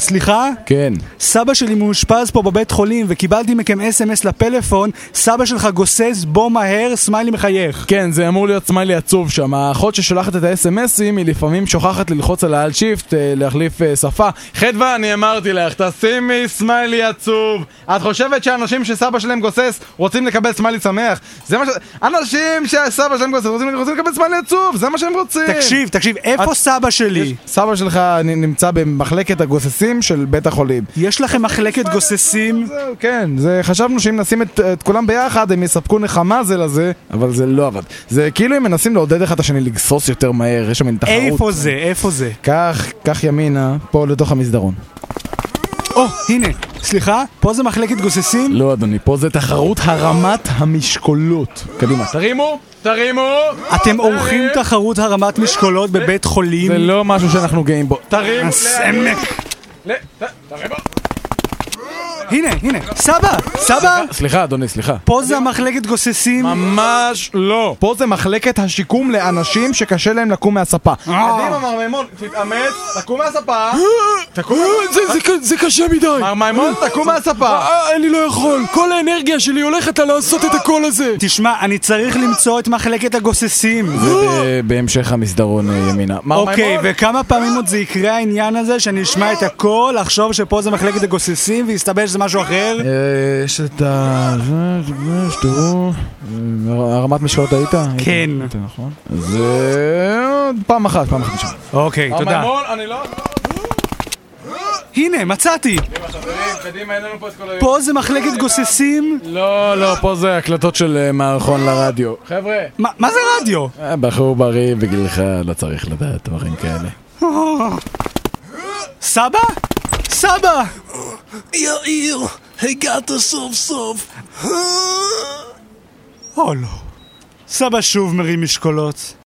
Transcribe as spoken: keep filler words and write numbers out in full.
סליחה? כן. סבא שלי מאושפז פה בבית חולים וקיבלתי מכם אס אם אס לפלאפון, סבא שלך גוסס, בוא מהר, סמיילי מחייך. כן, זה אמור להיות סמיילי עצוב שם. האחות ששולחת את ה-אס אם אסים היא לפעמים שוכחת ללחוץ על האל שיפט, להחליף שפה. חדווה, אני אמרתי לך, תשימי סמיילי עצוב. את חושבת שאנשים שסבא שלהם גוסס רוצים לקבל סמיילי שמח? זה מה ש... אנשים שסבא שלהם גוסס רוצים, רוצים לקבל סמיילי עצוב, זה מה שהם רוצים. תקשיב, תקשיב, איפה את... סבא שלי? יש... סבא שלך נמצא במחלקת הגוססים של בית החולים. יש לכם מחלקת גוססים? זהו, כן, זה, חשבנו שאם נשים את, את כולם ביחד הם יספקו נחמה זה לזה, אבל זה לא עבד. זה כאילו הם מנסים לעודד אחד השני לגסוס יותר מהר, יש שם מין תחרות. איפה זה? איפה זה? כך, כך ימינה, פה לתוך המסדרון. או, הנה, סליחה, פה זה מחלקת גוססים? לא אדוני, פה זה תחרות הרמת המשקולות. קדימה, תרימו, תרימו. אתם עורכים תחרות הרמת משקולות בבית חולים? זה לא משהו שאנחנו גאים בו. תרימו. הסמק. תרימו. הנה, הנה, סבא, סבא. סליחה אדוני, סליחה. פה זה המחלקת גוססים? ממש לא. פה זה מחלקת השיקום לאנשים שקשה להם לקום מהספה. קדימה מר מימון, תתאמץ, תקום מהספה. זה קשה מדי. מר מימון, תקום מהספה. אני לא יכול, כל האנרגיה שלי הולכת על לעשות את הכל הזה. תשמע, אני צריך למצוא את מחלקת הגוססים. זה בהמשך המסדרון ימינה. אוקיי, וכמה פעמים עוד זה יקרה העניין הזה שאני אשמע את הכל, לחשוב שפה זה מחלקת הגוססים ויסתבר שזה משהו אחר? יש את ה... שתראו... הרמת משקולות היית? כן. נכון. זה... פעם אחת, פעם אחת נשמע. אוקיי, תודה. המון, אני לא... הנה, מצאתי! קדימה, אין לנו פה את כל היום. פה זה מחלקת גוססים? לא, לא, פה זה הקלטות של מערכון לרדיו. חבר'ה. מה זה רדיו? בחור בריא בגילך, לא צריך לדעת דברים כאלה. סבא? סבא! יאיר, הגעת סוף סוף. או לא. סבא שוב מרים משקולות.